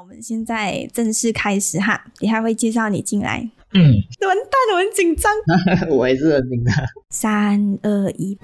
我们现在正式开始哈，等一下会介绍你进来。完蛋了，我很紧张。 我也是很紧张。 3、2、1。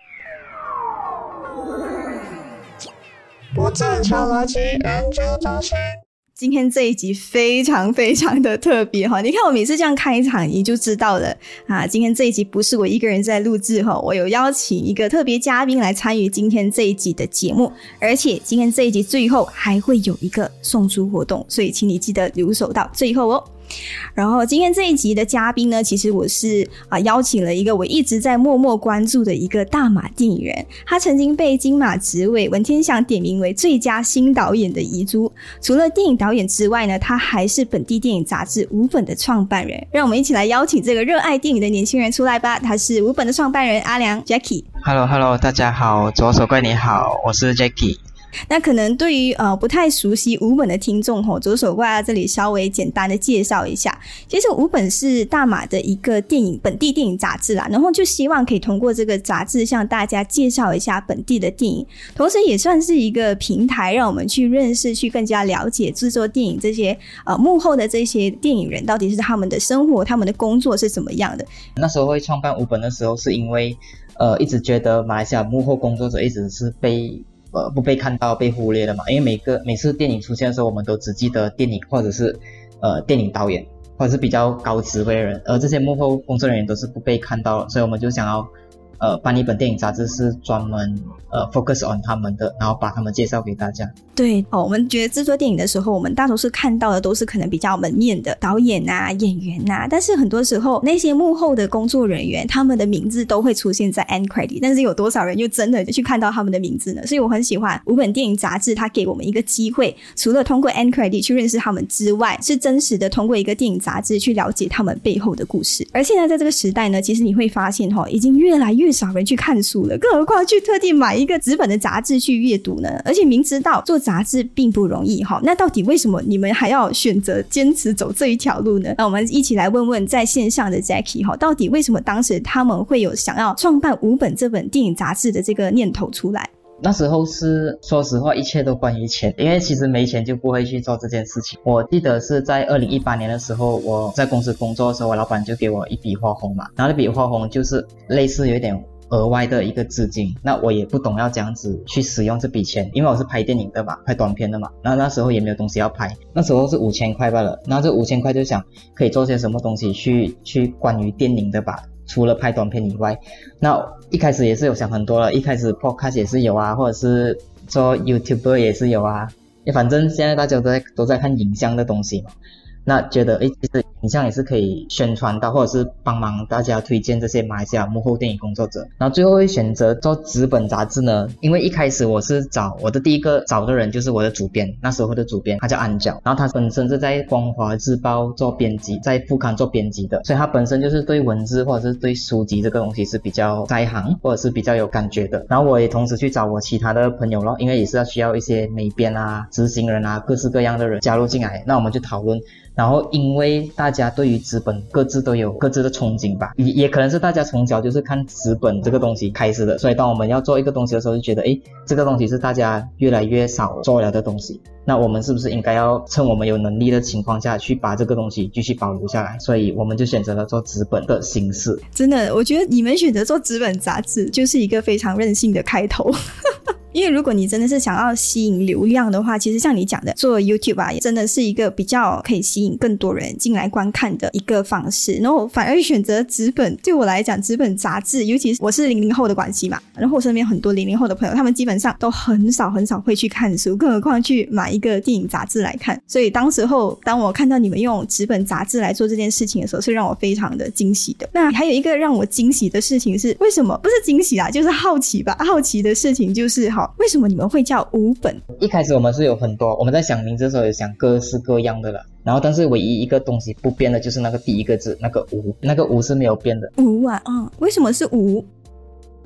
不正常逻辑研究中心。 今天这一集非常非常的特别哈，你看我每次这样开场你就知道了啊。今天这一集不是我一个人在录制哈，我有邀请一个特别嘉宾来参与今天这一集的节目，而且今天这一集最后还会有一个送书活动，所以请你记得留守到最后哦。然后今天这一集的嘉宾呢，其实我是邀请了一个我一直在默默关注的一个大马电影人，他曾经被金马执委文天祥点名为最佳新导演的遗珠。除了电影导演之外呢，他还是本地电影杂志五本的创办人。让我们一起来邀请这个热爱电影的年轻人出来吧。他是五本的创办人阿良 Jackie。 Hello， 大家好，左手怪你好，我是 Jackie。 那可能对于不太熟悉五本的听众左手怪在这里稍微简单的介绍一下。其实五本是大马的一个本地电影杂志啦，然后就希望可以通过这个杂志向大家介绍一下本地的电影，同时也算是一个平台，让我们去认识去更加了解制作电影这些幕后的这些电影人到底是他们的生活他们的工作是怎么样的。 那时候会创办五本的时候是因为一直觉得马来西亚幕后工作者一直是不被看到被忽略的嘛，因为每次电影出现的时候我们都只记得电影或者是电影导演或者是比较高职位的人，而这些幕后工作人员都是不被看到的，所以我们就想要办一本电影杂志是专门focus on 他们的，然后把他们介绍给大家。 对我们觉得制作电影的时候，我们大多数看到的都是可能比较门面的导演啊演员啊，但是很多时候那些幕后的工作人员他们的名字都会出现在 end credit， 但是有多少人又真的去看到他们的名字呢？所以我很喜欢五本电影杂志，它给我们一个机会，除了通过 end credit 去认识他们之外，是真实的通过一个电影杂志去了解他们背后的故事。而现在在这个时代呢，其实你会发现已经越来越少人去看书了，更何况去特地买一个纸本的杂志去阅读呢？而且明知道做杂志并不容易那到底为什么你们还要选择坚持走这一条路呢？那我们一起来问问在线上的 Jackie 到底为什么当时他们会有想要创办五本这本电影杂志的这个念头出来。 那时候是说实话一切都关于钱，因为其实没钱就不会去做这件事情。我记得是在2018年的时候，我在公司工作的时候，我老板就给我一笔花红嘛，然后那笔花红就是类似有一点额外的一个资金，那我也不懂要这样子去使用这笔钱，因为我是拍电影的嘛，拍短片的嘛，那时候也没有东西要拍，那时候是5000块罢了，那这5000块就想可以做些什么东西去关于电影的吧，除了拍短片以外。那一开始也是有想很多了，一开始 podcast 也是有啊，或者是做 YouTuber 也是有啊，反正现在大家都在看影像的东西嘛，那觉得其实影像也是可以宣传到，或者是帮忙大家推荐这些马来西亚幕后电影工作者。然后最后会选择做纸本杂志呢，因为一开始我的第一个找的人就是我的主编，那时候的主编他叫安角，然后他本身是在光华日报做编辑，在副刊做编辑的，所以他本身就是对文字或者是对书籍这个东西是比较在行或者是比较有感觉的。然后我也同时去找我其他的朋友咯，因为也是需要一些美编啊执行人啊各式各样的人加入进来，那我们就讨论。然后因为大家对于纸本各自都有各自的憧憬吧，也可能是大家从小就是看纸本这个东西开始的，所以当我们要做一个东西的时候就觉得这个东西是大家越来越少做了的东西，那我们是不是应该要趁我们有能力的情况下去把这个东西继续保留下来，所以我们就选择了做纸本的形式。 真的我觉得你们选择做纸本杂志就是一个非常任性的开头因为如果你真的是想要吸引流量的话，其实像你讲的做 YouTube 也真的是一个比较可以吸引更多人进来观看的一个方式。然后反而选择纸本，对我来讲纸本杂志，尤其是我是00后的关系嘛，然后我身边很多00后的朋友，他们基本上都很少会去看书，更何况去买一个电影杂志来看。所以当我看到你们用纸本杂志来做这件事情的时候，是让我非常的惊喜的。那还有一个让我惊喜的事情是，为什么不是惊喜啦，就是好奇吧。好奇的事情就是为什么你们会叫五本？ 一开始我们是有很多，我们在想名字的时候有想各式各样的了，然后但是唯一一个东西不变的就是那个第一个字，那个无是没有变的。 无为什么是无？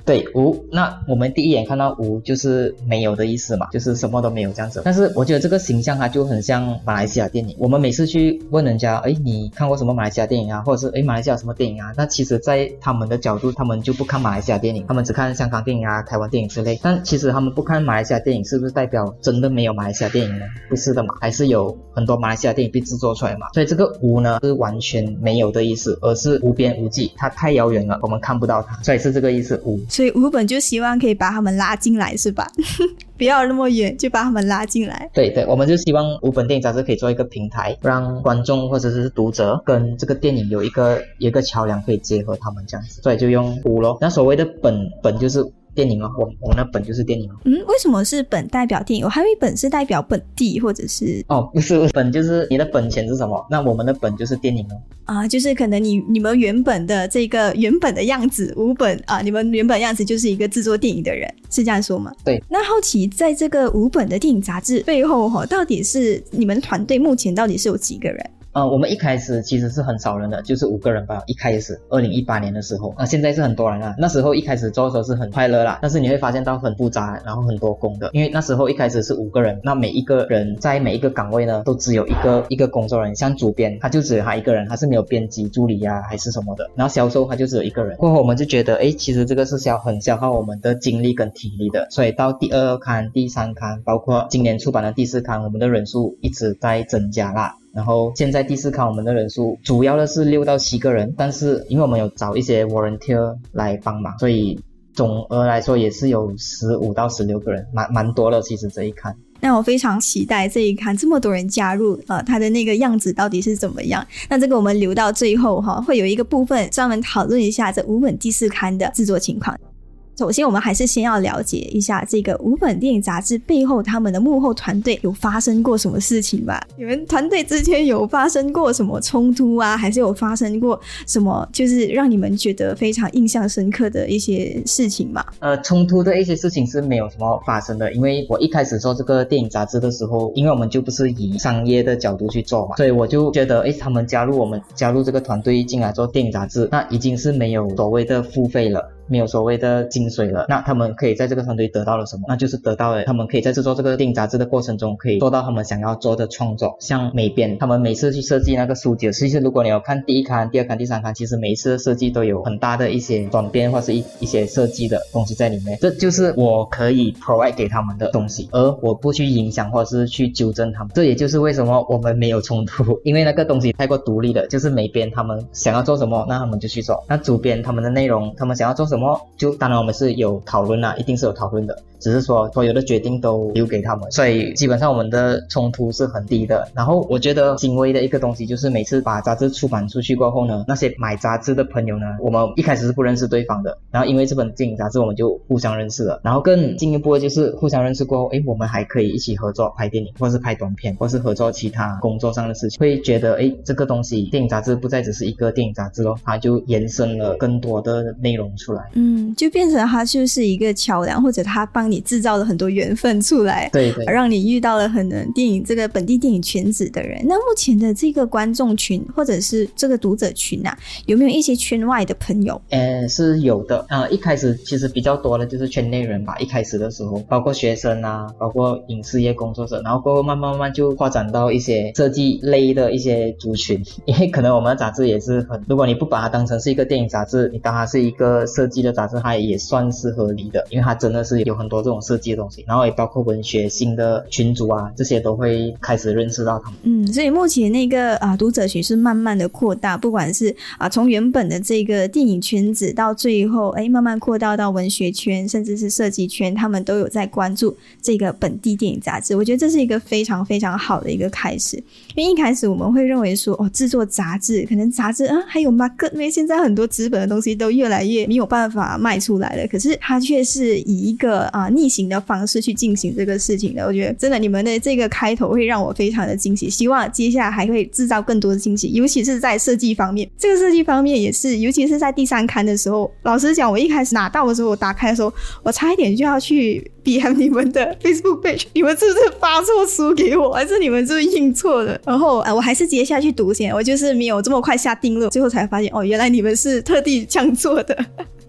对，无，那我们第一眼看到无就是没有的意思嘛，就是什么都没有这样子。但是我觉得这个形象它就很像马来西亚电影，我们每次去问人家你看过什么马来西亚电影啊，或者是马来西亚有什么电影啊，那其实在他们的角度他们就不看马来西亚电影，他们只看香港电影啊、台湾电影之类。但其实他们不看马来西亚电影是不是代表真的没有马来西亚电影呢？不是的嘛，还是有很多马来西亚电影被制作出来嘛。所以这个无呢是完全没有的意思，而是无边无际，它太遥远了，我们看不到它，所以是这个意思无。 所以无本就希望可以把他们拉进来是吧？不要那么远，就把他们拉进来。 对对，我们就希望无本电影杂志可以做一个平台，让观众或者是读者跟这个电影有一个桥梁可以结合他们这样子，所以就用无咯。那所谓的本就是电影哦，我们的本就是电影哦。 为什么是本代表电影？我还以为本是代表本地或者是不是，本就是你的本钱是什么，那我们的本就是电影哦。 就是可能你们原本的这个原本的样子，无本你们原本样子就是一个制作电影的人，是这样说吗？ 对。 那好奇在这个无本的电影杂志背后到底是你们团队目前到底是有几个人？ 我们一开始其实是很少人的，就是5个人吧。一开始2018年的时候，现在是很多人了。那时候一开始做的时候是很快乐啦，但是你会发现到很复杂，然后很多工的。因为那时候一开始是5个人，那每一个人在每一个岗位呢，都只有一个工作人员，像主编他就只有他一个人，他是没有编辑助理啊还是什么的。然后销售他就只有一个人。过后我们就觉得其实这个是很消耗我们的精力跟体力的，所以到第2刊、第3刊，包括今年出版的第4刊，我们的人数一直在增加啦。然后现在第4刊我们的人数主要的是6到7个人，但是因为我们有找一些 volunteer 来帮忙，所以总额来说也是有15到16个人，蛮多了其实这一刊。 那我非常期待这一刊这么多人加入它的那个样子到底是怎么样。那这个我们留到最后会有一个部分专门讨论一下这无本第4刊的制作情况。首先我们还是先要了解一下这个无本电影杂志背后他们的幕后团队有发生过什么事情吧。你们团队之间有发生过什么冲突啊，还是有发生过什么就是让你们觉得非常印象深刻的一些事情吗？ 冲突的一些事情是没有什么发生的，因为我一开始做这个电影杂志的时候，因为我们就不是以商业的角度去做嘛，所以我就觉得他们加入这个团队进来做电影杂志，那已经是没有所谓的付费了，没有所谓的薪水了。那他们可以在这个团队得到了什么？那就是得到了他们可以在制作这个电影杂志的过程中可以做到他们想要做的创作。像美编他们每次去设计那个书籍，其实如果你有看第1刊、第2刊、第3刊，其实每一次的设计都有很大的一些转变或是一些设计的东西在里面，这就是我可以 provide 给他们的东西，而我不去影响或是去纠正他们。这也就是为什么我们没有冲突，因为那个东西太过独立了，就是美编他们想要做什么那他们就去做，那主编他们的内容他们想要做什么，就当然我们是有讨论啦，一定是有讨论的，只是说所有的决定都留给他们，所以基本上我们的冲突是很低的。然后我觉得欣慰的一个东西就是每次把杂志出版出去过后呢，那些买杂志的朋友呢，我们一开始是不认识对方的，然后因为这本电影杂志我们就互相认识了，然后更进一步的就是互相认识过后我们还可以一起合作拍电影，或是拍短片，或是合作其他工作上的事情，会觉得这个东西电影杂志不再只是一个电影杂志咯，它就延伸了更多的内容出来， 就变成它就是一个桥梁，或者它帮你制造了很多缘分出来， 对对， 让你遇到了很多电影这个本地电影圈子的人。那目前的这个观众群或者是这个读者群啊，有没有一些圈外的朋友？ 是有的。一开始其实比较多的就是圈内人吧，一开始的时候包括学生啊，包括影视业工作者，然后过后慢慢就发展到一些设计类的一些族群，因为可能我们的杂志也是如果你不把它当成是一个电影杂志，你当它是一个设计的杂志，它也算是合理的，因为它真的是有很多这种设计的东西，然后也包括文学性的群组啊，这些都会开始认识到他们。 所以目前那个读者群是慢慢的扩大，不管是从原本的这个电影圈子到最后慢慢扩大到文学圈甚至是设计圈，他们都有在关注这个本地电影杂志。我觉得这是一个非常非常好的一个开始，因为一开始我们会认为说制作杂志可能杂志还有 market， 因为现在很多纸本的东西都越来越没有办法卖出来了，可是它却是以一个逆行的方式去进行这个事情的。我觉得真的你们的这个开头会让我非常的惊喜，希望接下来还会制造更多的惊喜，尤其是在设计方面。这个设计方面也是，尤其是在第3刊的时候，老实讲我一开始拿到的时候，我打开的时候我差一点就要去 BM 你们的 Facebook page， 你们是不是发错书给我，还是你们是不是印错了？然后我还是直接下去读先，我就是没有这么快下定论，最后才发现原来你们是特地这样做的。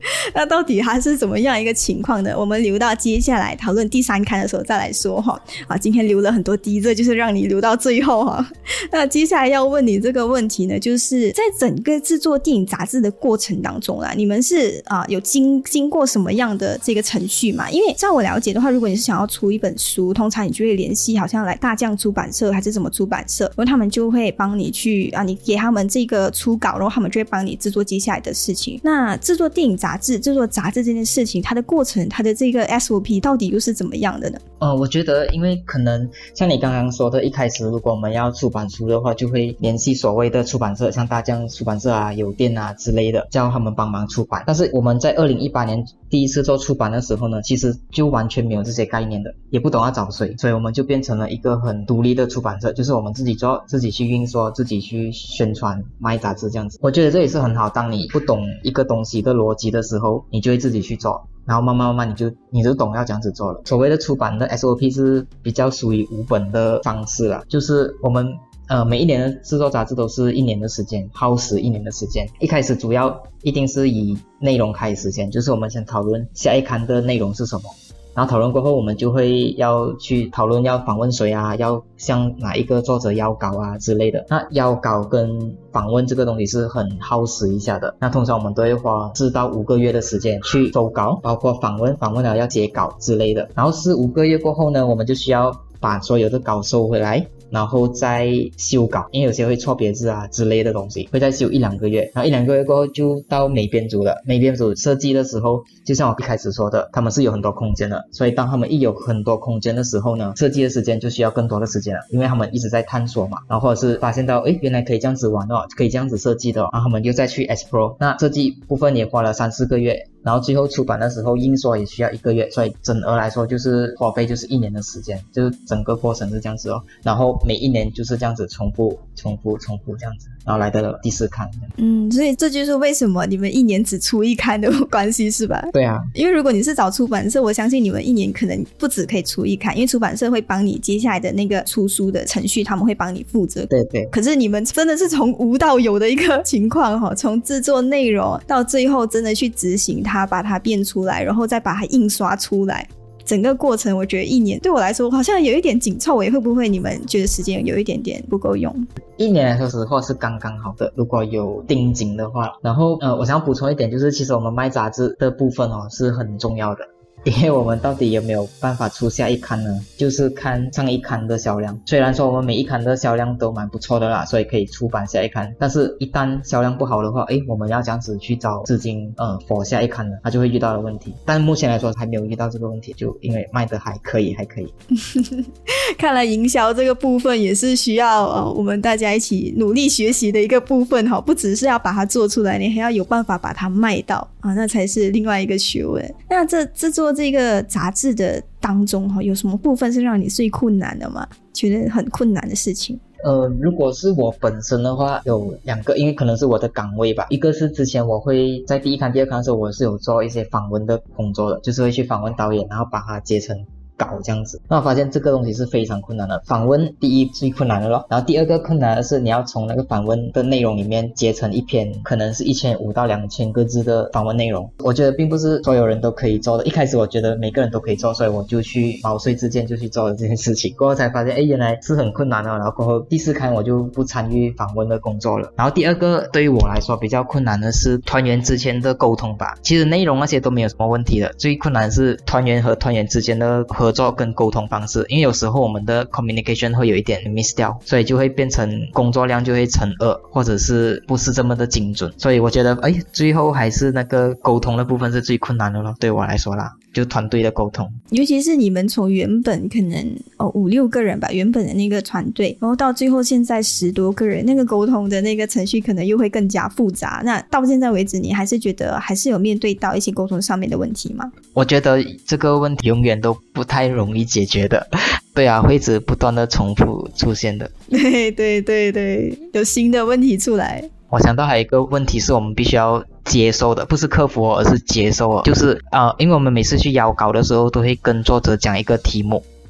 那到底它是怎么样一个情况呢？我们留到接下来讨论第3刊的时候再来说哈。今天留了很多滴，这就是让你留到最后哈。那接下来要问你这个问题呢，就是在整个制作电影杂志的过程当中啦，你们是有经过什么样的这个程序嘛？因为照我了解的话，如果你是想要出一本书，通常你就会联系好像来大将出版社还是什么出版社，然后他们就会帮你去你给他们这个初稿，然后他们就会帮你制作接下来的事情。那制作电影杂志、制作杂志这件事情，它的过程，它的这个 SOP 到底又是怎么样的呢？ 我觉得因为可能像你刚刚说的，一开始如果我们要出版书的话，就会联系所谓的出版社，像大将出版社啊、邮电啊之类的，叫他们帮忙出版。但是我们在2018年第一次做出版的时候呢，其实就完全没有这些概念的，也不懂要找谁，所以我们就变成了一个很独立的出版社，就是我们自己做，自己去运作，自己去宣传、卖杂志这样子。我觉得这也是很好，当你不懂一个东西的逻辑的时候，你就会自己去做，然后慢慢你就懂要这样子做了。所谓的出版的 SOP 是比较属于无本的方式啦，就是我们每一年的制作杂志都是1年的时间，耗时1年的时间。一开始主要一定是以内容开始先，就是我们先讨论下一刊的内容是什么，然后讨论过后我们就会要去讨论要访问谁啊，要向哪一个作者邀稿啊之类的。那邀稿跟访问这个东西是很耗时一下的，那通常我们都会花4到5个月的时间去收稿，包括访问了要截稿之类的。然后4、5个月过后呢，我们就需要把所有的稿收回来，然后再修稿，因为有些会错别字啊之类的东西，会再修1、2个月，然后1、2个月过后就到美编组了。美编组设计的时候，就像我一开始说的，他们是有很多空间的，所以当他们一有很多空间的时候呢，设计的时间就需要更多的时间了，因为他们一直在探索嘛，然后或者是发现到原来可以这样子玩哦，可以这样子设计的哦，然后他们就再去 explore。 那设计部分也花了3、4个月，然后最后出版的时候印刷也需要1个月，所以整额来说就是花费就是1年的时间，就是整个过程是这样子哦。然后每一年就是这样子重复这样子，然后来到了第4刊。 所以这就是为什么你们1年只出1刊的关系是吧？ 对啊， 因为如果你是找出版社，我相信你们1年可能不止可以出1刊，因为出版社会帮你接下来的那个出书的程序，他们会帮你负责。 对对。 可是你们真的是从无到有的一个情况，从制作内容到最后真的去执行它，把它变出来，然后再把它印刷出来，整个过程我觉得1年对我来说好像有一点紧凑会不会你们觉得时间有一点点不够用 ？1年来说实话是刚刚好的，如果有定紧的话。然后我想要补充一点，就是其实我们卖杂志的部分是很重要的，因为我们到底有没有办法出下一刊呢，就是看上一刊的销量。虽然说我们每一刊的销量都蛮不错的啦，所以可以出版下一刊，但是一旦销量不好的话，我们要这样子去找资金for 下一刊呢，它就会遇到的问题。但目前来说还没有遇到这个问题，就因为卖得还可以看来营销这个部分也是需要我们大家一起努力学习的一个部分不只是要把它做出来，你还要有办法把它卖到那才是另外一个学问。那制作这个杂志的当中有什么部分是让你最困难的吗？觉得很困难的事情？ 如果是我本身的话，有2个，因为可能是我的岗位吧。一个是之前我会在第1刊、第2刊的时候，我是有做一些访问的工作的，就是会去访问导演，然后把它截成稿这样子。那我发现这个东西是非常困难的，访问第一最困难的咯，然后第2个困难的是你要从那个访问的内容里面截成一篇可能是1500到2000个字的访问内容。我觉得并不是所有人都可以做的，一开始我觉得每个人都可以做，所以我就去毛遂自荐就去做了这件事情，过后才发现原来是很困难的。然后过后第4刊我就不参与访问的工作了。然后第2个对于我来说比较困难的是团员之间的沟通吧。其实内容那些都没有什么问题的，最困难的是团员和团员之间的合作跟沟通方式，因为有时候我们的 communication 会有一点 miss 掉，所以就会变成工作量就会乘2，或者是不是这么的精准。所以我觉得最后还是那个沟通的部分是最困难的咯，对我来说啦，就团队的沟通。 尤其是你们从原本可能5、6个人吧，原本的那个团队，然后到最后现在10多个人，那个沟通的那个程序可能又会更加复杂。那到现在为止你还是觉得还是有面对到一些沟通上面的问题吗？ 我觉得这个问题永远都不太容易解决的对啊，会一直不断的重复出现的。 对对对对，有新的问题出来。 我想到还有一个问题是我们必须要接受的，不是克服而是接受就是因为我们每次去邀稿的时候都会跟作者讲一个题目，然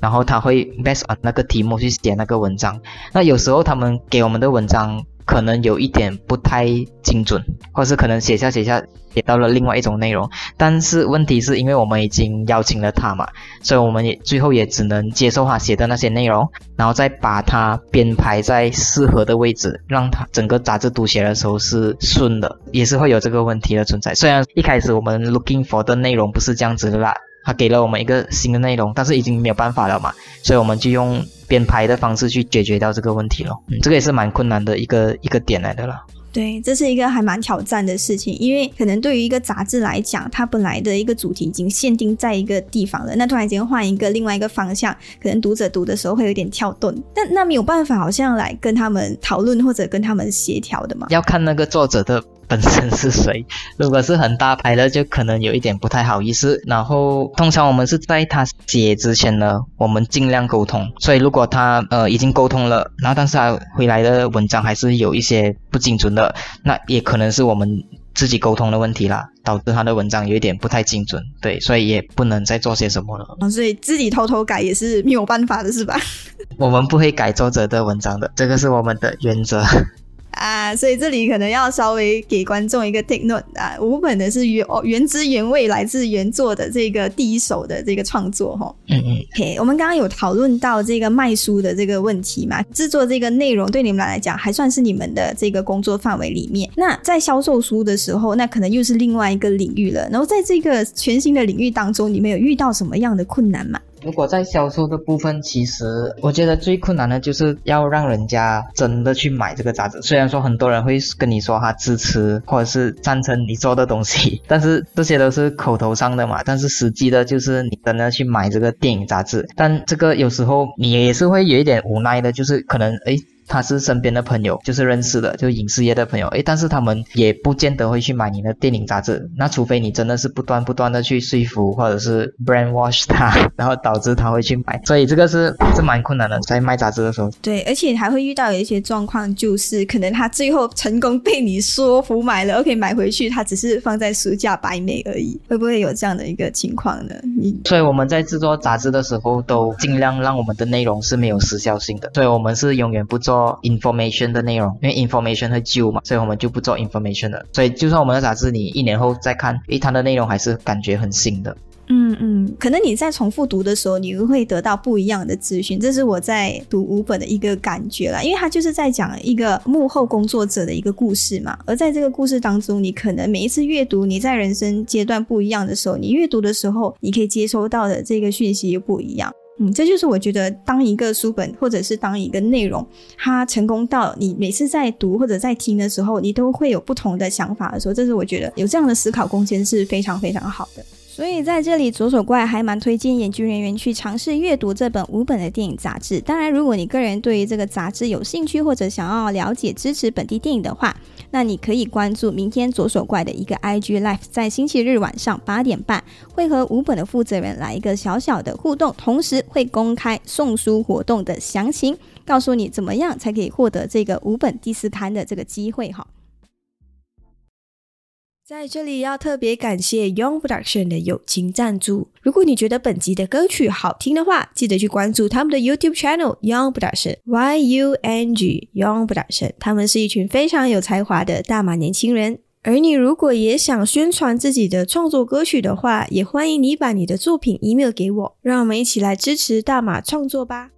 然后他会 based on 那个题目去写那个文章。那有时候他们给我们的文章可能有一点不太精准，或是可能写到了另外一种内容，但是问题是因为我们已经邀请了他嘛，所以我们最后也只能接受他写的那些内容，然后再把它编排在适合的位置，让他整个杂志读起来的时候是顺的，也是会有这个问题的存在。虽然一开始我们 looking for 的内容不是这样子的啦，他给了我们一个新的内容，但是已经没有办法了嘛，所以我们就用编排的方式去解决掉这个问题咯。这个也是蛮困难的一个点来的啦。 对，这是一个还蛮挑战的事情，因为可能对于一个杂志来讲，它本来的一个主题已经限定在一个地方了，那突然间换一个另外一个方向，可能读者读的时候会有点跳顿，但那没有办法好像来跟他们讨论或者跟他们协调的嘛。 要看那个作者的本身是谁，如果是很大牌的就可能有一点不太好意思，然后通常我们是在他写之前呢，我们尽量沟通，所以如果他已经沟通了，然后但是他回来的文章还是有一些不精准的，那也可能是我们自己沟通的问题啦，导致他的文章有一点不太精准，对，所以也不能再做些什么了。 所以自己偷偷改也是没有办法的是吧？ 我们不会改作者的文章的，这个是我们的原则。 所以这里可能要稍微给观众一个 take note 五本的是原汁原味来自原作的这个第一手的这个创作OK， 我们刚刚有讨论到这个卖书的这个问题嘛，制作这个内容对你们来讲还算是你们的这个工作范围里面，那在销售书的时候那可能又是另外一个领域了，然后在这个全新的领域当中，你们有遇到什么样的困难吗？ 如果在销售的部分，其实我觉得最困难的就是要让人家真的去买这个杂志。虽然说很多人会跟你说他支持或者是赞成你做的东西，但是这些都是口头上的嘛，但是实际的就是你真的去买这个电影杂志，但这个有时候你也是会有一点无奈的，就是可能他是身边的朋友，就是认识的，就影视业的朋友，但是他们也不见得会去买你的电影杂志，那除非你真的是不断的去说服或者是 brainwash 他，然后导致他会去买，所以这个是蛮困难的，在卖杂志的时候。 对，而且还会遇到有一些状况，就是可能他最后成功被你说服买了 OK 买回去，他只是放在书架摆美而已，会不会有这样的一个情况呢？ 所以我们在制作杂志的时候都尽量让我们的内容是没有时效性的，所以我们是永远不做information 的内容，因为 information 会旧嘛，所以我们就不做 information 的，所以就算我们的杂志你1年后再看，它的内容还是感觉很新的。 可能你在重复读的时候你会得到不一样的资讯，这是我在读五本的一个感觉啦，因为它就是在讲一个幕后工作者的一个故事嘛，而在这个故事当中，你可能每一次阅读，你在人生阶段不一样的时候，你阅读的时候你可以接收到的这个讯息又不一样。这就是我觉得当一个书本或者是当一个内容它成功到你每次在读或者在听的时候你都会有不同的想法的时候，这是我觉得有这样的思考空间是非常非常好的。所以在这里左手怪还蛮推荐研究人员去尝试阅读这本5本的电影杂志。当然如果你个人对于这个杂志有兴趣或者想要了解支持本地电影的话，那你可以关注明天左手怪的一个 IG Live， 在星期日晚上8点半会和5本的负责人来一个小小的互动，同时会公开送书活动的详情，告诉你怎么样才可以获得这个5本第4刊的这个机会哈。在这里要特别感谢 Young Production 的友情赞助。如果你觉得本集的歌曲好听的话，记得去关注他们的 YouTube channel Young Production YUNG Young Production， 他们是一群非常有才华的大马年轻人。而你如果也想宣传自己的创作歌曲的话，也欢迎你把你的作品 email 给我，让我们一起来支持大马创作吧。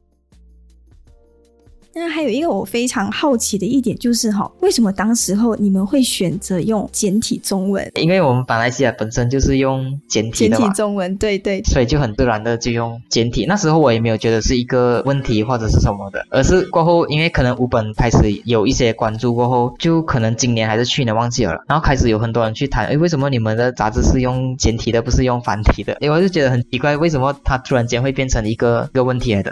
那还有一个我非常好奇的一点就是为什么当时候你们会选择用简体中文？ 因为我们马来西亚本身就是用简体的嘛， 简体中文，对对， 所以就很自然的就用简体。那时候我也没有觉得是一个问题或者是什么的，而是过后因为可能5本开始有一些关注过后，就可能今年还是去年忘记了，然后开始有很多人去谈为什么你们的杂志是用简体的不是用繁体的，我就觉得很奇怪，为什么它突然间会变成一个问题来的。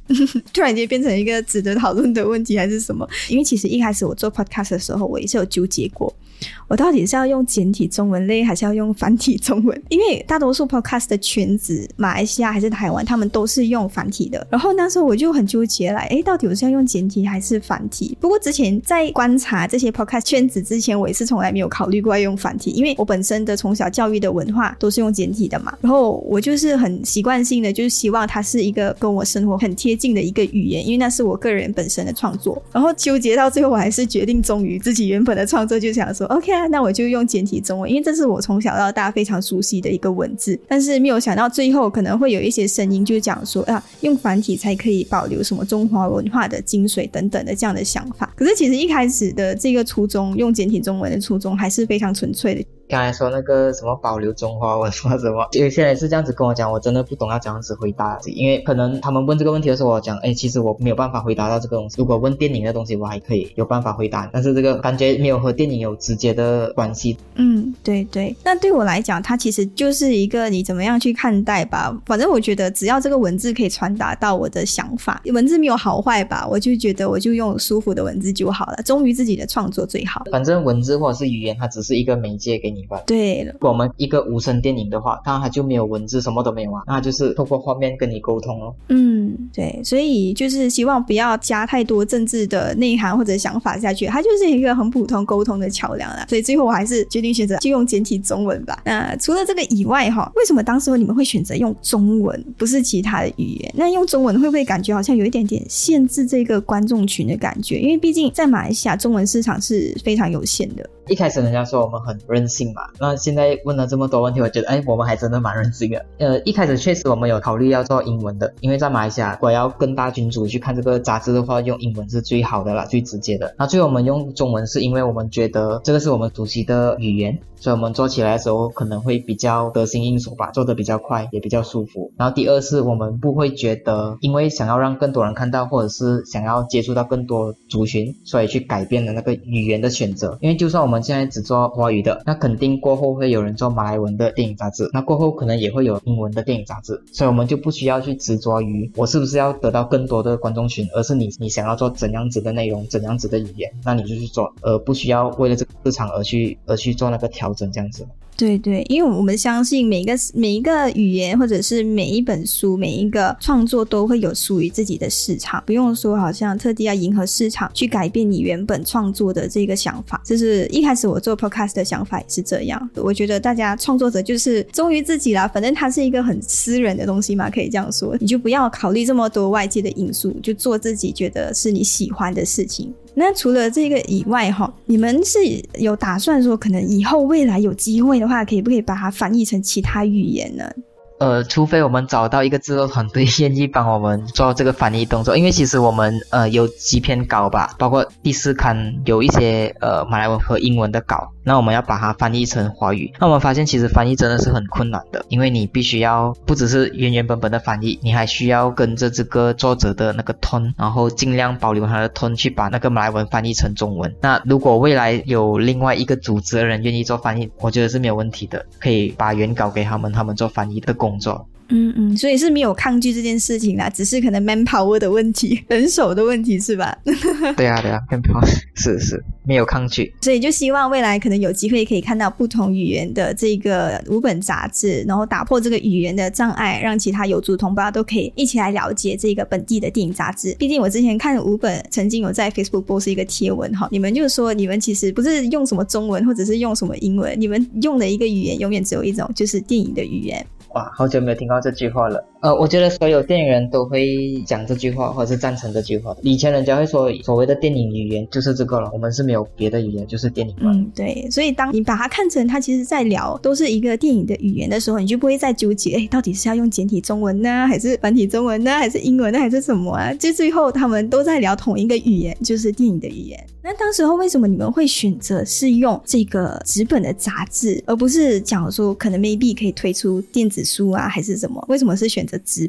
突然间变成一个值得讨论的问题还是什么？因为其实一开始我做 podcast 的时候我也是有纠结过，我到底是要用简体中文类还是要用繁体中文，因为大多数 podcast 的圈子马来西亚还是台湾他们都是用繁体的，然后那时候我就很纠结来到底我是要用简体还是繁体。不过之前在观察这些 podcast 圈子之前我也是从来没有考虑过要用繁体，因为我本身的从小教育的文化都是用简体的嘛，然后我就是很习惯性的就是希望它是一个跟我生活很贴近的一个语言，因为那是我个人本身的创作，然后纠结到最后我还是决定忠于自己原本的创作，就想说 OK 啊，那我就用简体中文，因为这是我从小到大非常熟悉的一个文字。但是没有想到最后可能会有一些声音就讲说用繁体才可以保留什么中华文化的精髓等等的这样的想法。可是其实一开始的这个初衷，用简体中文的初衷还是非常纯粹的。 刚才说那个什么保留中华文化什么，有些人是这样子跟我讲，我真的不懂要怎样子回答，因为可能他们问这个问题的时候我讲其实我没有办法回答到这个东西。如果问电影的东西我还可以有办法回答，但是这个感觉没有和电影有直接的关系。 对对，那对我来讲它其实就是一个你怎么样去看待吧，反正我觉得只要这个文字可以传达到我的想法，文字没有好坏吧，我就觉得我就用舒服的文字就好了，忠于自己的创作最好。 反正文字或者是语言它只是一个媒介给你吧。 对了， 如果我们一个无声电影的话，当然它就没有文字，什么都没有啊，那它就是透过画面跟你沟通咯。 对，所以就是希望不要加太多政治的内涵或者想法下去，它就是一个很普通沟通的桥梁啦。所以最后我还是决定选择就用简体中文吧。那除了这个以外为什么当时你们会选择用中文不是其他的语言？那用中文会不会感觉好像有一点点限制这个观众群的感觉？因为毕竟在马来西亚中文市场是非常有限的。 一开始人家说我们很任性嘛，那现在问了这么多问题，我觉得我们还真的蛮任性的。一开始确实我们有考虑要做英文的，因为在马来西亚如果要跟大群组去看这个杂志的话，用英文是最好的啦，最直接的。那最后我们用中文是因为我们觉得这个是我们熟悉的语言，所以我们做起来的时候可能会比较得心应手吧，做得比较快也比较舒服。然后第二是我们不会觉得因为想要让更多人看到或者是想要接触到更多族群，所以去改变了那个语言的选择。因为就算我们现在只做华语的，那肯定过后会有人做马来文的电影杂志，那过后可能也会有英文的电影杂志，所以我们就不需要去执着于我是不是要得到更多的观众群，而是你想要做怎样子的内容怎样子的语言，那你就去做，不需要为了这个市场而去做那个调整这样子。 对对，因为我们相信每一个语言或者是每一本书每一个创作都会有属于自己的市场，不用说好像特地要迎合市场去改变你原本创作的这个想法。就是一开始我做 podcast 的想法也是这样，我觉得大家创作者就是忠于自己啦，反正它是一个很私人的东西嘛，可以这样说，你就不要考虑这么多外界的因素，就做自己觉得是你喜欢的事情。那除了这个以外你们是有打算说可能以后未来有机会的话可不可以把它翻译成其他语言呢？ 除非我们找到一个制作团队愿意帮我们做这个翻译动作，因为其实我们有几篇稿吧，包括第4刊有一些马来文和英文的稿，那我们要把它翻译成华语。那我们发现其实翻译真的是很困难的，因为你必须要不只是原本的翻译，你还需要跟着这个作者的那个 tone， 然后尽量保留他的 tone 去把那个马来文翻译成中文。那如果未来有另外一个组织的人愿意做翻译，我觉得是没有问题的，可以把原稿给他们做翻译的工作。 所以是没有抗拒这件事情啦，只是可能 manpower 的问题，人手的问题是吧？ 对啊 manpower 是没有抗拒， 所以就希望未来可能有机会可以看到不同语言的这个5本杂志，然后打破这个语言的障碍，让其他有族同胞都可以一起来了解这个本地的电影杂志。毕竟我之前看5本曾经有在 Facebook post 一个贴文你们就说你们其实不是用什么中文或者是用什么英文，你们用的一个语言永远只有一种，就是电影的语言。 哇，好久没有听到这句话了。我觉得所有电影人都会讲这句话，或者是赞成这句话的。以前人家会说所谓的电影语言就是这个了，我们是没有别的语言，就是电影嘛。 对，所以当你把它看成它其实在聊都是一个电影的语言的时候，你就不会再纠结到底是要用简体中文呢还是繁体中文呢还是英文呢还是什么啊，就最后他们都在聊同一个语言，就是电影的语言。那当时候为什么你们会选择是用这个纸本的杂志，而不是讲说可能 maybe 可以推出电子书啊还是什么？为什么是选择纸本？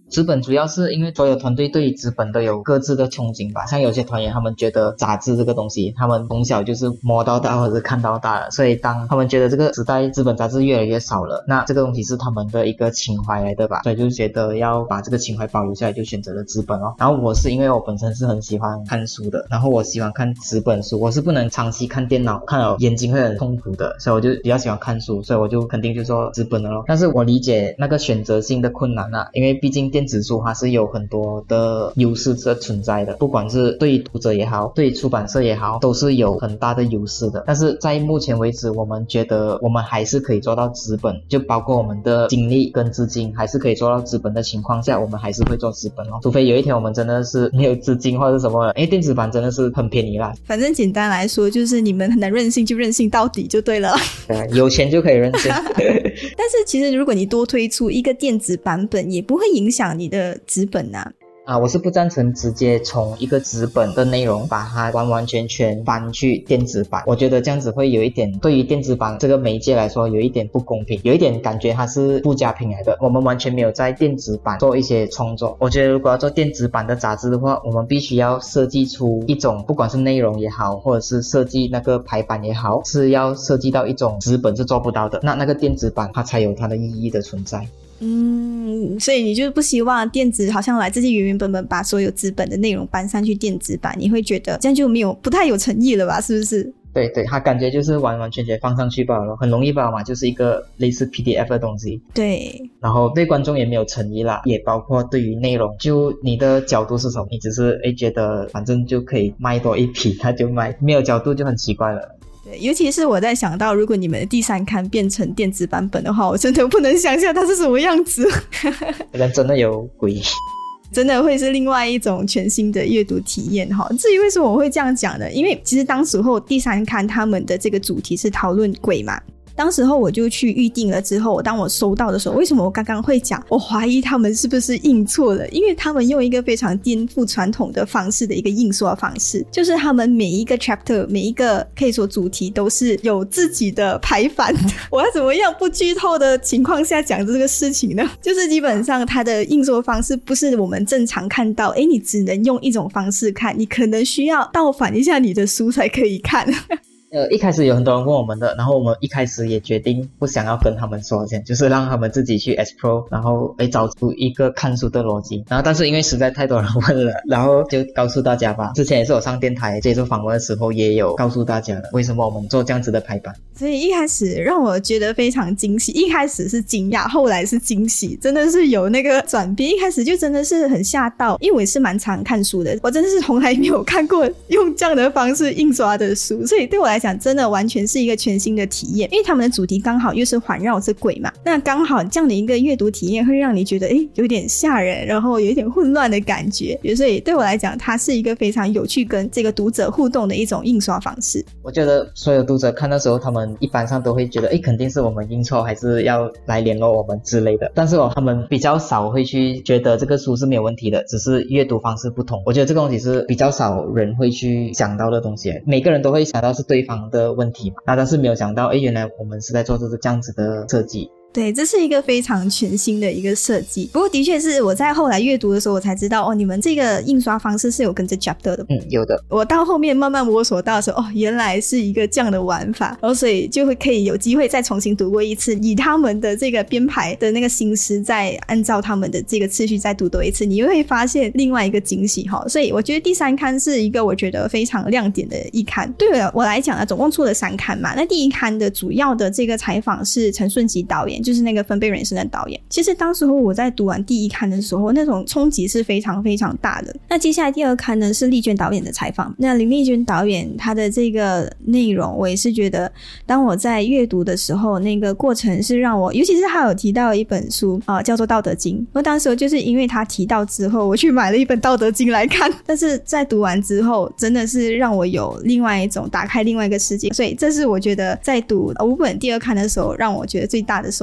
纸本主要是因为所有团队对于纸本都有各自的憧憬吧，像有些团员他们觉得杂志这个东西他们从小就是摸到大或者是看到大了，所以当他们觉得这个时代纸本杂志越来越少了，那这个东西是他们的一个情怀来的吧，所以就觉得要把这个情怀保留下来，就选择了纸本哦。然后我是因为我本身是很喜欢看书的，然后我喜欢看纸本书，我是不能长期看电脑，看了眼睛会很痛苦的，所以我就比较喜欢看书，所以我就肯定就做纸本的咯。但是我理解那个选择性的困难啊，因为毕竟电子书它是有很多的优势在存在的，不管是对于读者也好，对于出版社也好，都是有很大的优势的。但是在目前为止，我们觉得我们还是可以做到纸本，就包括我们的精力跟资金还是可以做到纸本的情况下，我们还是会做纸本哦。除非有一天我们真的是没有资金或者什么了，因为电子版真的是很便宜啦。 反正简单来说就是你们很难任性就任性到底就对了。 对，有钱就可以任性。 但是其实如果你多推出一个电子版本也不会影响你的纸本啊。 我是不赞成直接从一个纸本的内容把它完完全全搬去电子版，我觉得这样子会有一点对于电子版这个媒介来说有一点不公平，有一点感觉它是附加品来的，我们完全没有在电子版做一些创作。我觉得如果要做电子版的杂志的话，我们必须要设计出一种不管是内容也好，或者是设计那个排版也好，是要设计到一种纸本是做不到的，那个电子版它才有它的意义的存在。 所以你就不希望电子好像来自己原原本本把所有纸本的内容搬上去电子版，你会觉得这样就不太有诚意了吧，是不是？ 对对，它感觉就是完完全全放上去罢了，很容易吧嘛，就是一个类似 PDF 的东西。 对， 然后对观众也没有诚意啦，也包括对于内容，就你的角度是什么，你只是觉得反正就可以卖多一批他就卖，没有角度就很奇怪了。 对，尤其是我在想到如果你们的第3刊变成电子版本的话，我真的不能想象它是什么样子。 真的有鬼。 真的会是另外一种全新的阅读体验哈。至于为什么我会这样讲呢？因为其实当时候第3刊他们的这个主题是讨论鬼嘛，当时候我就去预定了之后，当我收到的时候，为什么我刚刚会讲我怀疑他们是不是印错了，因为他们用一个非常颠覆传统的方式的一个印刷方式，就是他们每一个 chapter 每一个可以说主题都是有自己的排版的。我要怎么样不剧透的情况下讲这个事情呢？就是基本上它的印刷方式不是我们正常看到你只能用一种方式看，你可能需要倒反一下你的书才可以看。 一开始有很多人问我们的，然后我们一开始也决定不想要跟他们说先，就是让他们自己去 explore， 然后找出一个看书的逻辑。然后但是因为实在太多人问了，然后就告诉大家吧，之前也是有上电台接受访问的时候也有告诉大家了为什么我们做这样子的排版。 所以一开始让我觉得非常惊喜，一开始是惊讶，后来是惊喜，真的是有那个转变。一开始就真的是很吓到，因为我也是蛮常看书的，我真的是从来没有看过用这样的方式印刷的书，所以对我来讲真的完全是一个全新的体验。因为他们的主题刚好又是环绕着鬼嘛，那刚好这样的一个阅读体验会让你觉得有点吓人，然后有一点混乱的感觉，所以对我来讲它是一个非常有趣跟这个读者互动的一种印刷方式。 我觉得所有读者看的时候他们一般上都会觉得肯定是我们印错，还是要来联络我们之类的，但是他们比较少会去觉得这个书是没有问题的，只是阅读方式不同。我觉得这个东西是比较少人会去想到的东西，每个人都会想到是对方的问题嘛，但是没有想到原来我们是在做这样子的设计。 对，这是一个非常全新的一个设计。不过的确是我在后来阅读的时候我才知道你们这个印刷方式是有跟着 chapter 的。 有的。 我到后面慢慢摸索到的时候原来是一个这样的玩法，然后所以就会可以有机会再重新读过一次，以他们的这个编排的那个心思再按照他们的这个次序再读多一次，你会发现另外一个惊喜。所以我觉得第3刊是一个我觉得非常亮点的一刊。对我来讲总共出了3刊嘛，那第1刊的主要的这个采访是陈顺吉导演，就是那个分贝人生的导演。其实当时候我在读完第1刊的时候，那种冲击是非常非常大的。那接下来第2刊呢是丽娟导演的采访。那林丽娟导演她的这个内容，我也是觉得当我在阅读的时候，那个过程是让我，尤其是他有提到一本书叫做《道德经》。我当时就是因为他提到之后，我去买了一本《道德经》来看。但是在读完之后，真的是让我有另外一种打开另外一个世界。所以这是我觉得在读5本第2刊的时候，让我觉得最大的收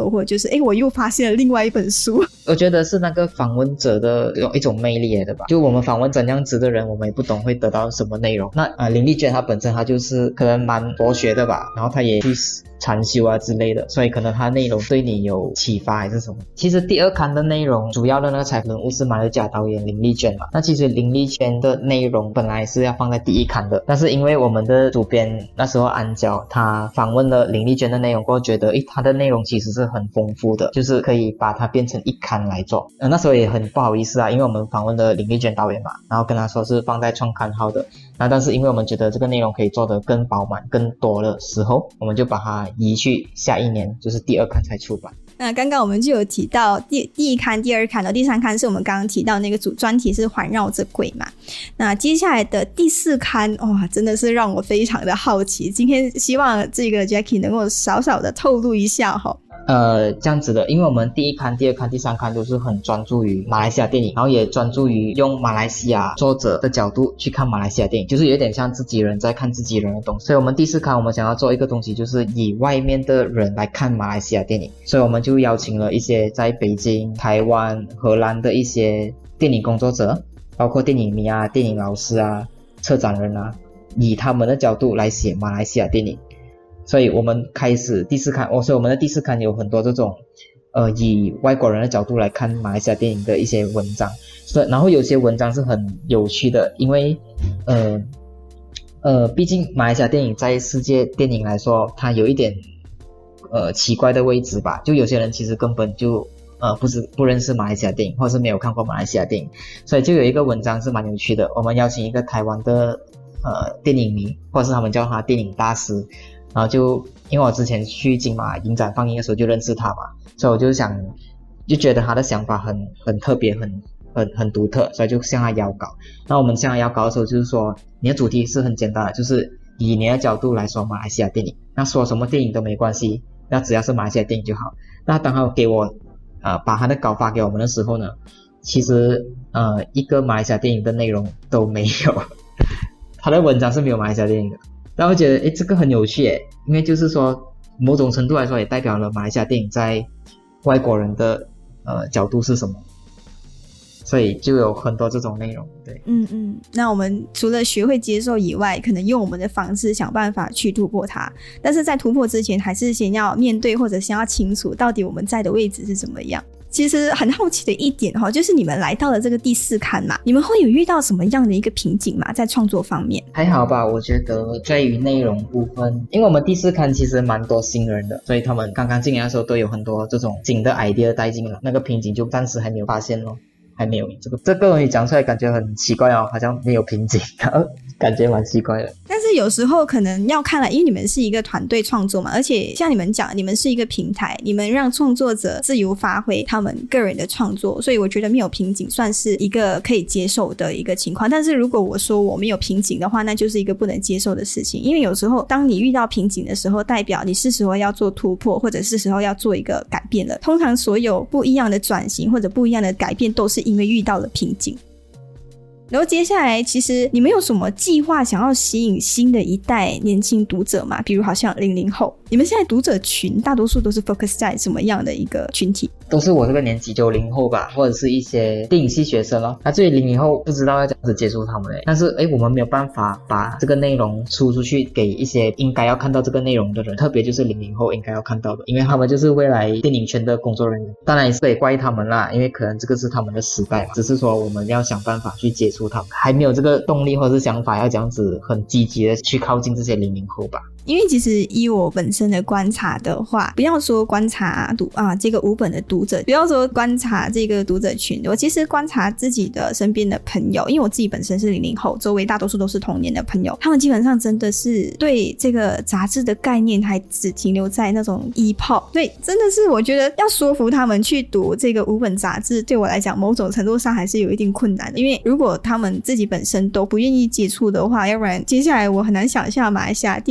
收获就是我又发现了另外一本书。 我觉得是那个访问者的一种魅力来的吧，就我们访问怎样子的人，我们也不懂会得到什么内容。那林丽娟她本身她就是可能蛮博学的吧，然后她也去禅修啊之类的，所以可能它内容对你有启发还是什么。其实第二刊的内容主要的那个采访人物是马六甲导演林丽娟嘛，那其实林丽娟的内容本来是要放在第一刊的，但是因为我们的主编那时候安娇他访问了林丽娟的内容过后，觉得她的内容其实是很丰富的，就是可以把它变成一刊来做。那时候也很不好意思啊，因为我们访问了林丽娟导演嘛，然后跟他说是放在创刊号的，但是因为我们觉得这个内容可以做得更饱满更多的时候，我们就把它移去下一年，就是第二刊才出版。 那刚刚我们就有提到第一刊、第二刊，第三刊是我们刚刚提到那个主专题是环绕着鬼嘛。那接下来的第四刊真的是让我非常的好奇，今天希望这个 Jackie 能够少少的透露一下这样子的，因为我们第一刊、第二刊、第三刊都是很专注于马来西亚电影，然后也专注于用马来西亚作者的角度去看马来西亚电影，就是有点像自己人在看自己人的东西。所以我们第四刊我们想要做一个东西，就是以外面的人来看马来西亚电影，所以我们就邀请了一些在北京、台湾、荷兰的一些电影工作者，包括电影迷啊、电影老师啊、策展人啊，以他们的角度来写马来西亚电影。所以我们开始第四刊所以我们的第四刊有很多这种以外国人的角度来看马来西亚电影的一些文章，然后有些文章是很有趣的，因为毕竟马来西亚电影在世界电影来说它有一点奇怪的位置吧，就有些人其实根本就不认识马来西亚电影，或者是没有看过马来西亚电影，所以就有一个文章是蛮有趣的，我们邀请一个台湾的电影迷，或者是他们叫他电影大师，然后就因为我之前去金马影展放映的时候就认识他嘛，所以我就觉得他的想法很特别，很独特，所以就向他邀稿。那我们向他邀稿的时候就是说，你的主题是很简单的，就是以你的角度来说马来西亚电影，那说什么电影都没关系，那只要是马来西亚电影就好。那当他给我把他的稿发给我们的时候呢，其实一个马来西亚电影的内容都没有，他的文章是没有马来西亚电影的。然后我觉得这个很有趣耶，因为就是说某种程度来说也代表了马来西亚电影在外国人的角度是什么，所以就有很多这种内容。对， 那我们除了学会接受以外，可能用我们的方式想办法去突破它，但是在突破之前还是先要面对或者先要清楚到底我们在的位置是怎么样。其实很好奇的一点就是你们来到了这个第四刊嘛，你们会有遇到什么样的一个瓶颈吗？在创作方面？ 还好吧，我觉得在于内容部分，因为我们第四刊其实蛮多新人的，所以他们刚刚进来的时候都有很多这种新的 idea 带进来，那个瓶颈就暂时还没有发现咯，还没有这个东西讲出来感觉很奇怪好像没有瓶颈，感觉蛮奇怪的。 但是有时候可能要看了，因为你们是一个团队创作嘛，而且像你们讲，你们是一个平台，你们让创作者自由发挥他们个人的创作，所以我觉得没有瓶颈算是一个可以接受的一个情况。但是如果我说我没有瓶颈的话，那就是一个不能接受的事情，因为有时候当你遇到瓶颈的时候，代表你是时候要做突破，或者是时候要做一个改变了。通常所有不一样的转型或者不一样的改变都是因为遇到了瓶颈。然后接下来其实你们有什么计划想要吸引新的一代年轻读者吗？比如好像00后，你们现在读者群大多数都是 focus 在什么样的一个群体？ 都是我这个年纪90后吧，或者是一些电影系学生咯。至于00后不知道要这样子接触他们但是我们没有办法把这个内容出去给一些应该要看到这个内容的人，特别就是00后应该要看到的，因为他们就是未来电影圈的工作人员。当然也是可以怪他们啦，因为可能这个是他们的时代嘛，只是说我们要想办法去接触他们，还没有这个动力或者是想法要这样子很积极的去靠近这些00后吧。 因为其实以我本身的观察的话，不要说观察这个5本的读者，不要说观察这个读者群，我其实观察自己的身边的朋友，因为我自己本身是00后，周围大多数都是同年的朋友，他们基本上真的是对这个杂志的概念还只停留在那种一炮，对，真的是我觉得要说服他们去读这个5本杂志，对我来讲某种程度上还是有一定困难的，因为如果他们自己本身都不愿意接触的话，要不然接下来我很难想象马来西亚电影圈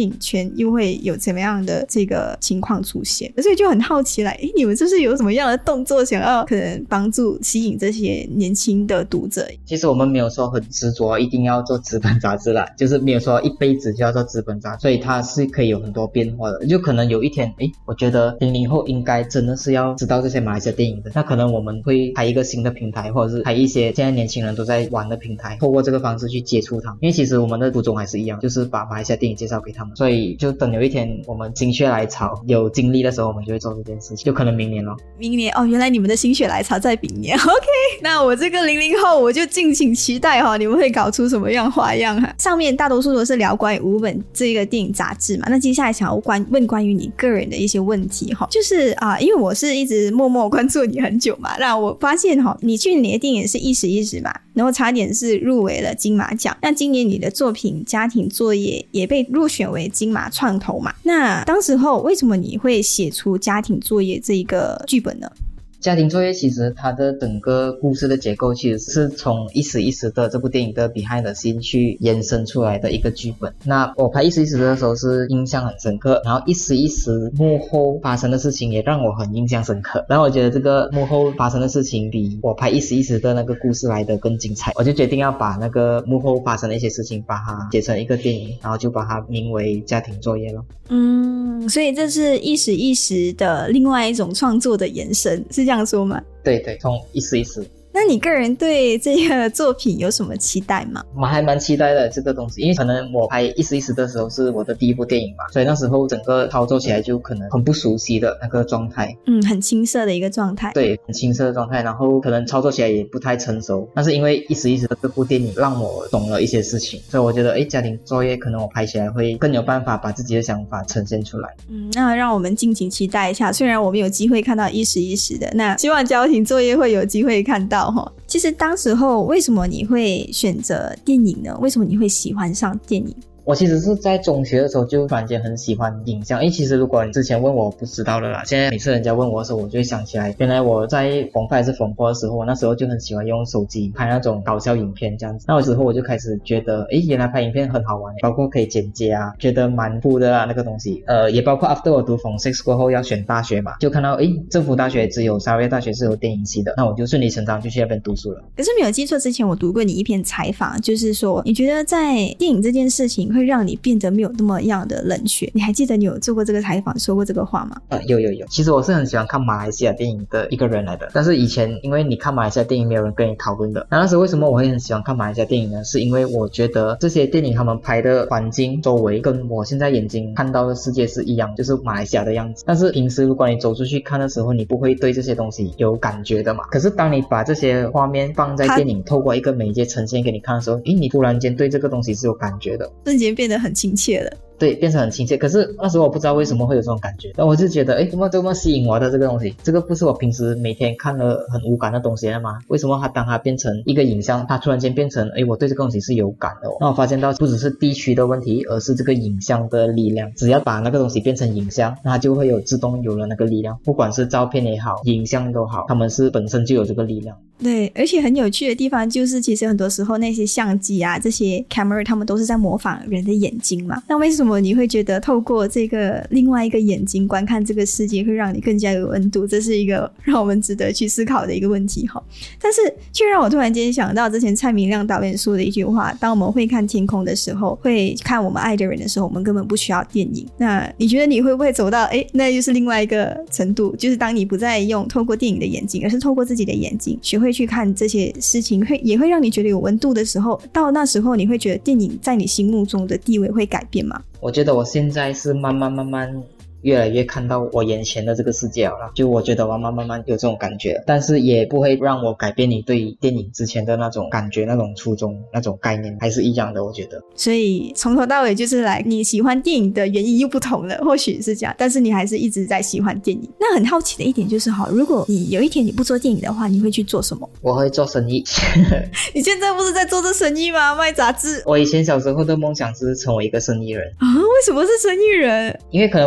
间又会有怎么样的这个情况出现，所以就很好奇来，你们是不是有什么样的动作想要可能帮助吸引这些年轻的读者？ 其实我们没有说很执着一定要做纸本杂志啦，就是没有说一辈子就要做纸本杂志，所以它是可以有很多变化的。就可能有一天我觉得00后应该真的是要知道这些马来西亚电影的，那可能我们会开一个新的平台，或者是开一些现在年轻人都在玩的平台，透过这个方式去接触他们。因为其实我们的初衷还是一样，就是把马来西亚电影介绍给他们，所以就等有一天我们心血来潮有精力的时候，我们就会做这件事情，就可能明年咯。 明年原来你们的心血来潮在明年。OK， 那我这个00后我就敬请期待你们会搞出什么样花样上面大多数都是聊关于5本这个电影杂志嘛，那接下来想要问关于你个人的一些问题就是因为我是一直默默关注你很久嘛，那我发现你去年的电影是一时一时嘛，然后差点是入围了金马奖，那今年你的作品家庭作业也被入选为金马创投嘛，那当时候为什么你会写出家庭作业这一个剧本呢？ 家庭作业其实它的整个故事的结构其实是从一时一时的这部电影的 behind the scene 去延伸出来的一个剧本。那我拍一时一时的时候是印象很深刻，然后一时一时幕后发生的事情也让我很印象深刻，然后我觉得这个幕后发生的事情比我拍一时一时的那个故事来得更精彩，我就决定要把那个幕后发生的一些事情把它写成一个电影，然后就把它名为家庭作业了。 所以这是一时一时的另外一种创作的延伸，是这样说吗？ 对对，从一时一时。 那你个人对这个作品有什么期待吗？ 我还蛮期待的这个东西，因为可能我拍一时一时的时候是我的第一部电影嘛，所以那时候整个操作起来就可能很不熟悉的那个状态， 很青涩的一个状态。 对，很青涩的状态，然后可能操作起来也不太成熟，但是因为一时一时的这部电影让我懂了一些事情，所以我觉得家庭作业可能我拍起来会更有办法把自己的想法呈现出来。 那让我们敬请期待一下，虽然我们有机会看到一时一时的，那希望家庭作业会有机会看到其实当时候为什么你会选择电影呢？为什么你会喜欢上电影？ 我其实是在中学的时候就突然间很喜欢影像，因为其实如果你之前问我不知道了啦，现在每次人家问我的时候我就会想起来，原来我在Form 5还是Form 4的时候，我那时候就很喜欢用手机拍那种搞笑影片这样子，那之后我就开始觉得原来拍影片很好玩，包括可以剪接啊，觉得蛮酷的那个东西，也包括 after 我读Form 6过后要选大学嘛，就看到政府大学只有沙威大学是有电影系的，那我就顺理成章就去那边读书了。 可是没有记错之前我读过你一篇采访，就是说你觉得在电影这件事情会让你变得没有那么样的冷血，你还记得你有做过这个采访说过这个话吗？ 有，其实我是很喜欢看马来西亚电影的一个人来的，但是以前因为你看马来西亚电影没有人跟你讨论的，那时候为什么我会很喜欢看马来西亚电影呢？是因为我觉得这些电影他们拍的环境周围跟我现在眼睛看到的世界是一样，就是马来西亚的样子，但是平时如果你走出去看的时候你不会对这些东西有感觉的嘛，可是当你把这些画面放在电影透过一个媒介呈现给你看的时候，你突然间对这个东西是有感觉的， 瞬间变得很亲切了。 对，变成很亲切。可是那时候我不知道为什么会有这种感觉，但我就觉得怎么这么吸引我的这个东西，这个不是我平时每天看了很无感的东西了吗？为什么当它变成一个影像，它突然间变成我对这个东西是有感的那我发现到不只是地区的问题，而是这个影像的力量，只要把那个东西变成影像，那它就会自动有了那个力量，不管是照片也好影像都好，它们是本身就有这个力量。 对，而且很有趣的地方就是其实很多时候那些相机啊这些 camera 他们都是在模仿人的眼睛嘛，那为什么你会觉得透过这个另外一个眼睛观看这个世界会让你更加有温度，这是一个让我们值得去思考的一个问题但是却让我突然间想到之前蔡明亮导演说的一句话，当我们会看天空的时候，会看我们爱的人的时候，我们根本不需要电影。那你觉得你会不会走到那就是另外一个程度，就是当你不再用透过电影的眼睛，而是透过自己的眼睛学会去看这些事情，也会让你觉得有温度的时候，到那时候你会觉得电影在你心目中的地位会改变吗？ 我觉得我现在是慢慢越来越看到我眼前的这个世界了，就我觉得我慢慢有这种感觉，但是也不会让我改变你对电影之前的那种感觉，那种初衷，那种概念还是一样的，我觉得。 所以从头到尾就是你喜欢电影的原因又不同了，或许是这样，但是你还是一直在喜欢电影。那很好奇的一点就是如果你有一天你不做电影的话，你会去做什么？ 我会做生意。 你现在不是在做这生意吗？卖杂志。 我以前小时候的梦想是成为一个生意人啊？为什么是生意人？ 因为可能我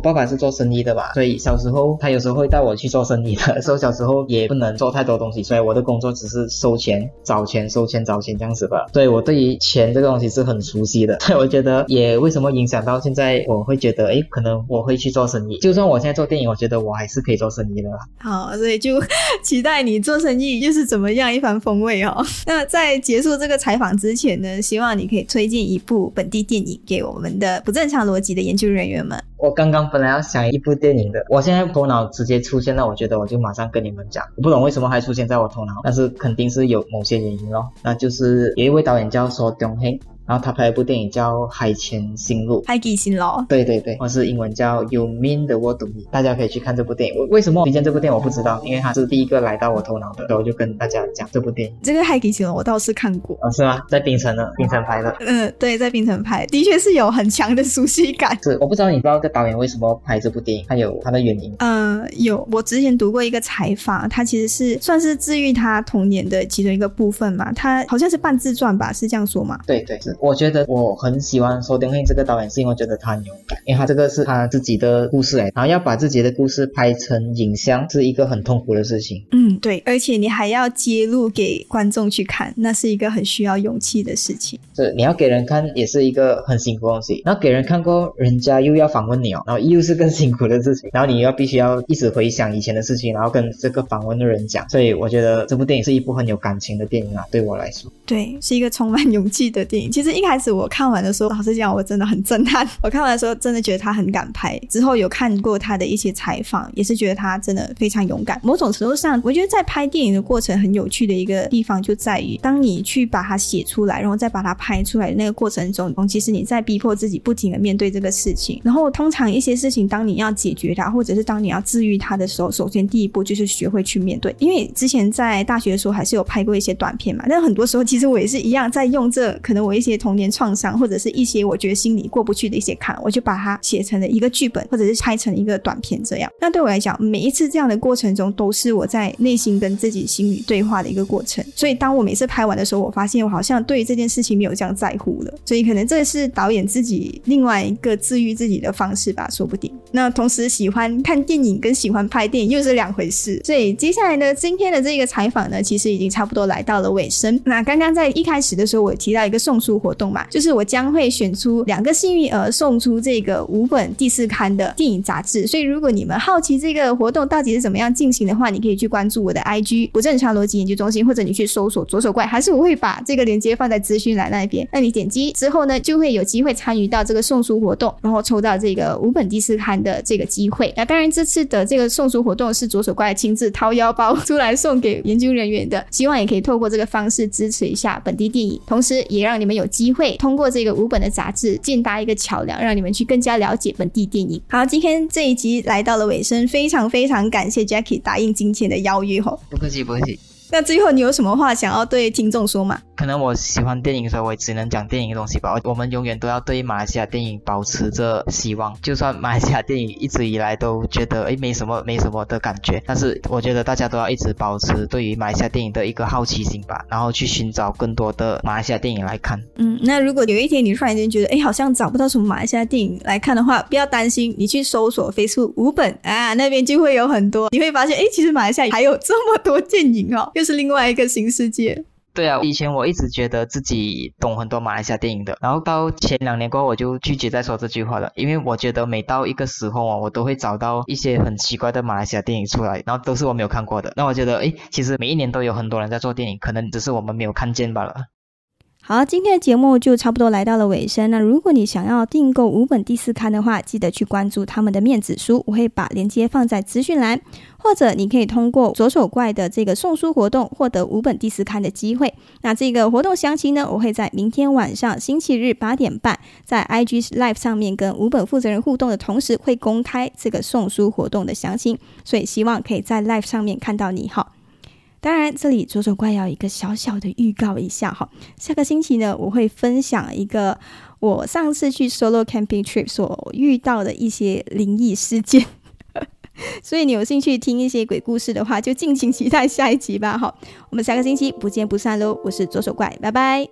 爸爸是做生意的嘛，所以小时候他有时候会带我去做生意的，所以小时候也不能做太多东西，所以我的工作只是收钱找钱收钱找钱这样子吧。所以我对于钱这个东西是很熟悉的，所以我觉得也为什么影响到现在我会觉得可能我会去做生意，就算我现在做电影我觉得我还是可以做生意的啦。 好，所以就期待你做生意又是怎么样一番风味哦。那在结束这个采访之前呢，希望你可以推荐一部本地电影给我们的不正常逻辑的研究人员们。 我刚刚本来要想一部电影的，我现在头脑直接出现了，我觉得我就马上跟你们讲，我不懂为什么还出现在我头脑，但是肯定是有某些原因咯。那就是有一位导演叫索东兴，然后他拍一部电影叫《海前新路》， 海底新路， 对对对，或是英文叫 You Mean the World to Me， 大家可以去看这部电影。为什么推荐这部电影我不知道，因为它是第一个来到我头脑的，所以我就跟大家讲这部电影。 这个海底新路我倒是看过。 是吗？在槟城的，槟城拍的。 对，在槟城拍，的确是有很强的熟悉感。 是，我不知道你知道这导演为什么拍这部电影，他有他的原因。 有，我之前读过一个采访，他其实是算是治愈他童年的其中一个部分嘛，他好像是半自传吧，是这样说吗？ 对对，是。我觉得我很喜欢索东兴这个导演，是因为我觉得他很勇敢，因为他这个是他自己的故事然后要把自己的故事拍成影像是一个很痛苦的事情。 对，而且你还要揭露给观众去看，那是一个很需要勇气的事情。 是，你要给人看也是一个很辛苦的东西，然后给人看过人家又要访问你然后又是更辛苦的事情，然后你必须要一直回想以前的事情，然后跟这个访问的人讲，所以我觉得这部电影是一部很有感情的电影对我来说。 对，是一个充满勇气的电影。其实一开始我看完的时候，老实讲我真的很震撼，我看完的时候真的觉得他很敢拍，之后有看过他的一些采访，也是觉得他真的非常勇敢。某种程度上我觉得在拍电影的过程很有趣的一个地方就在于，当你去把它写出来然后再把它拍出来的那个过程中，其实你在逼迫自己不停的面对这个事情，然后通常一些事情当你要解决它或者是当你要治愈它的时候，首先第一步就是学会去面对。因为之前在大学的时候还是有拍过一些短片嘛，但很多时候其实我也是一样在用这可能我一些童年创伤或者是一些我觉得心里过不去的一些坎，我就把它写成了一个剧本或者是拍成一个短片这样。那对我来讲，每一次这样的过程中都是我在内心跟自己心里对话的一个过程，所以当我每次拍完的时候，我发现我好像对这件事情没有这样在乎了，所以可能这是导演自己另外一个治愈自己的方式吧，说不定。那同时喜欢看电影跟喜欢拍电影又是两回事，所以接下来呢，今天的这个采访呢，其实已经差不多来到了尾声。那刚刚在一开始的时候我提到一个送书活动嘛，就是我将会选出2个幸运儿送出这个5本第4刊的电影杂志，所以如果你们好奇这个活动到底是怎么样进行的话，你可以去关注我的 IG 不正常逻辑研究中心，或者你去搜索左手怪，还是我会把这个链接放在资讯栏那边，那你点击之后呢，就会有机会参与到这个送书活动，然后抽到这个5本第4刊的这个机会。那当然这次的这个送书活动是左手怪亲自掏腰包出来送给研究人员的，希望也可以透过这个方式支持一下本地电影，同时也让你们有机会通过这个5本的杂志建搭一个桥梁，让你们去更加了解本地电影。好，今天这一集来到了尾声，非常非常感谢 Jackie 答应今天的邀约不客气不客气。 那最后你有什么话想要对听众说吗？ 可能我喜欢电影，所以我只能讲电影的东西吧。我们永远都要对马来西亚电影保持着希望，就算马来西亚电影一直以来都觉得没什么的感觉，但是我觉得大家都要一直保持对于马来西亚电影的一个好奇心吧，然后去寻找更多的马来西亚电影来看。 那如果有一天你突然间觉得好像找不到什么马来西亚电影来看的话，不要担心，你去搜索 Facebook 5本那边就会有很多，你会发现其实马来西亚还有这么多电影又是另外一个新世界。 对啊，以前我一直觉得自己懂很多马来西亚电影的，然后到前2年过后我就拒绝再说这句话了，因为我觉得每到一个时候我都会找到一些很奇怪的马来西亚电影出来，然后都是我没有看过的。那我觉得其实每一年都有很多人在做电影，可能只是我们没有看见罢了。 好，今天的节目就差不多来到了尾声。那如果你想要订购5本第4刊的话，记得去关注他们的面子书，我会把链接放在资讯栏，或者你可以通过左手怪的这个送书活动获得5本第4刊的机会。那这个活动详情呢，我会在明天晚上星期日8点半在 IG Live 上面跟5本负责人互动的同时，会公开这个送书活动的详情，所以希望可以在 Live 上面看到你当然这里左手怪要一个小小的预告一下下个星期呢，我会分享一个我上次去 solo camping trip 所遇到的一些灵异事件所以你有兴趣听一些鬼故事的话，就敬请期待下一集吧我们下个星期不见不散咯。我是左手怪，拜拜。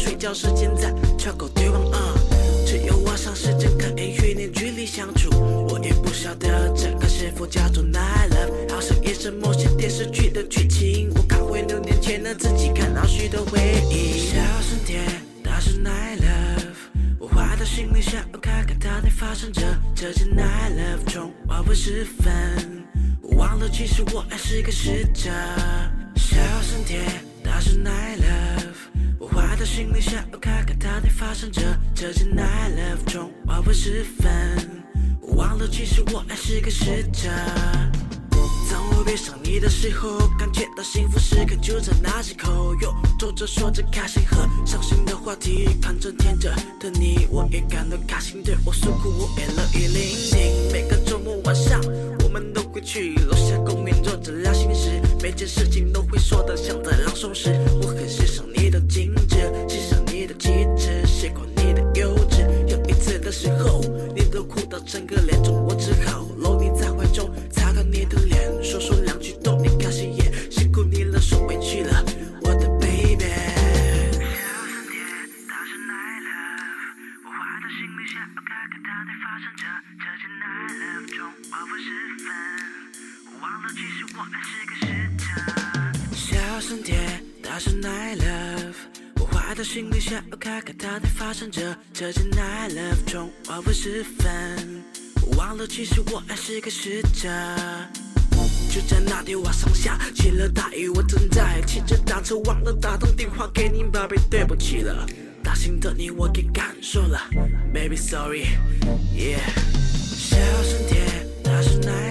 睡觉时间在窗口对望只有我想时间可以与你距离相处。我也不晓得这个是否叫做 night love， 好像也是某些电视剧的剧情。我看回6年前的自己，看到许多回忆。小声点，它是 night love， 我坏的心里想要看看到底发生着。这件 night love 中晚会时分，我忘了其实我还是个使者。小声点，它是 night love， 我坏的心里想要看看到底发生着。这件 night love 中晚会时分，我忘了其实我还是个使者。当我闭上你的时候，感觉到幸福时刻就在那时候。又走着说着开心和伤心的话题，看着天着的你，我也感到开心。对我诉苦，我也乐意聆听。每个周末晚上，我们都会去楼下公园坐着聊心事，每件事情都会说得像在朗诵时。我很欣赏你的精致，欣赏你的机智，习惯你的幼稚。有一次的时候，你都哭到整个脸肿，我只好搂你在怀中，擦干你的脸，说两句逗你开心也辛苦你了，受委屈了，我的 baby。小声点，它是 night love， 我坏的心里想要看看到底发生着。这件 night love 中晚会时分，我忘了其实我还是个使者。小声点，它是 night love， 我坏的心里想要看看到底发生着。这件 night love 中晚会时分，我忘了其实我还是个使者。就在那天晚上下起了大雨，我正在骑着单车，忘了打通电话给你，宝贝，对不起了。大心的你我给感受了 ，baby sorry，yeah。小声点，它是 night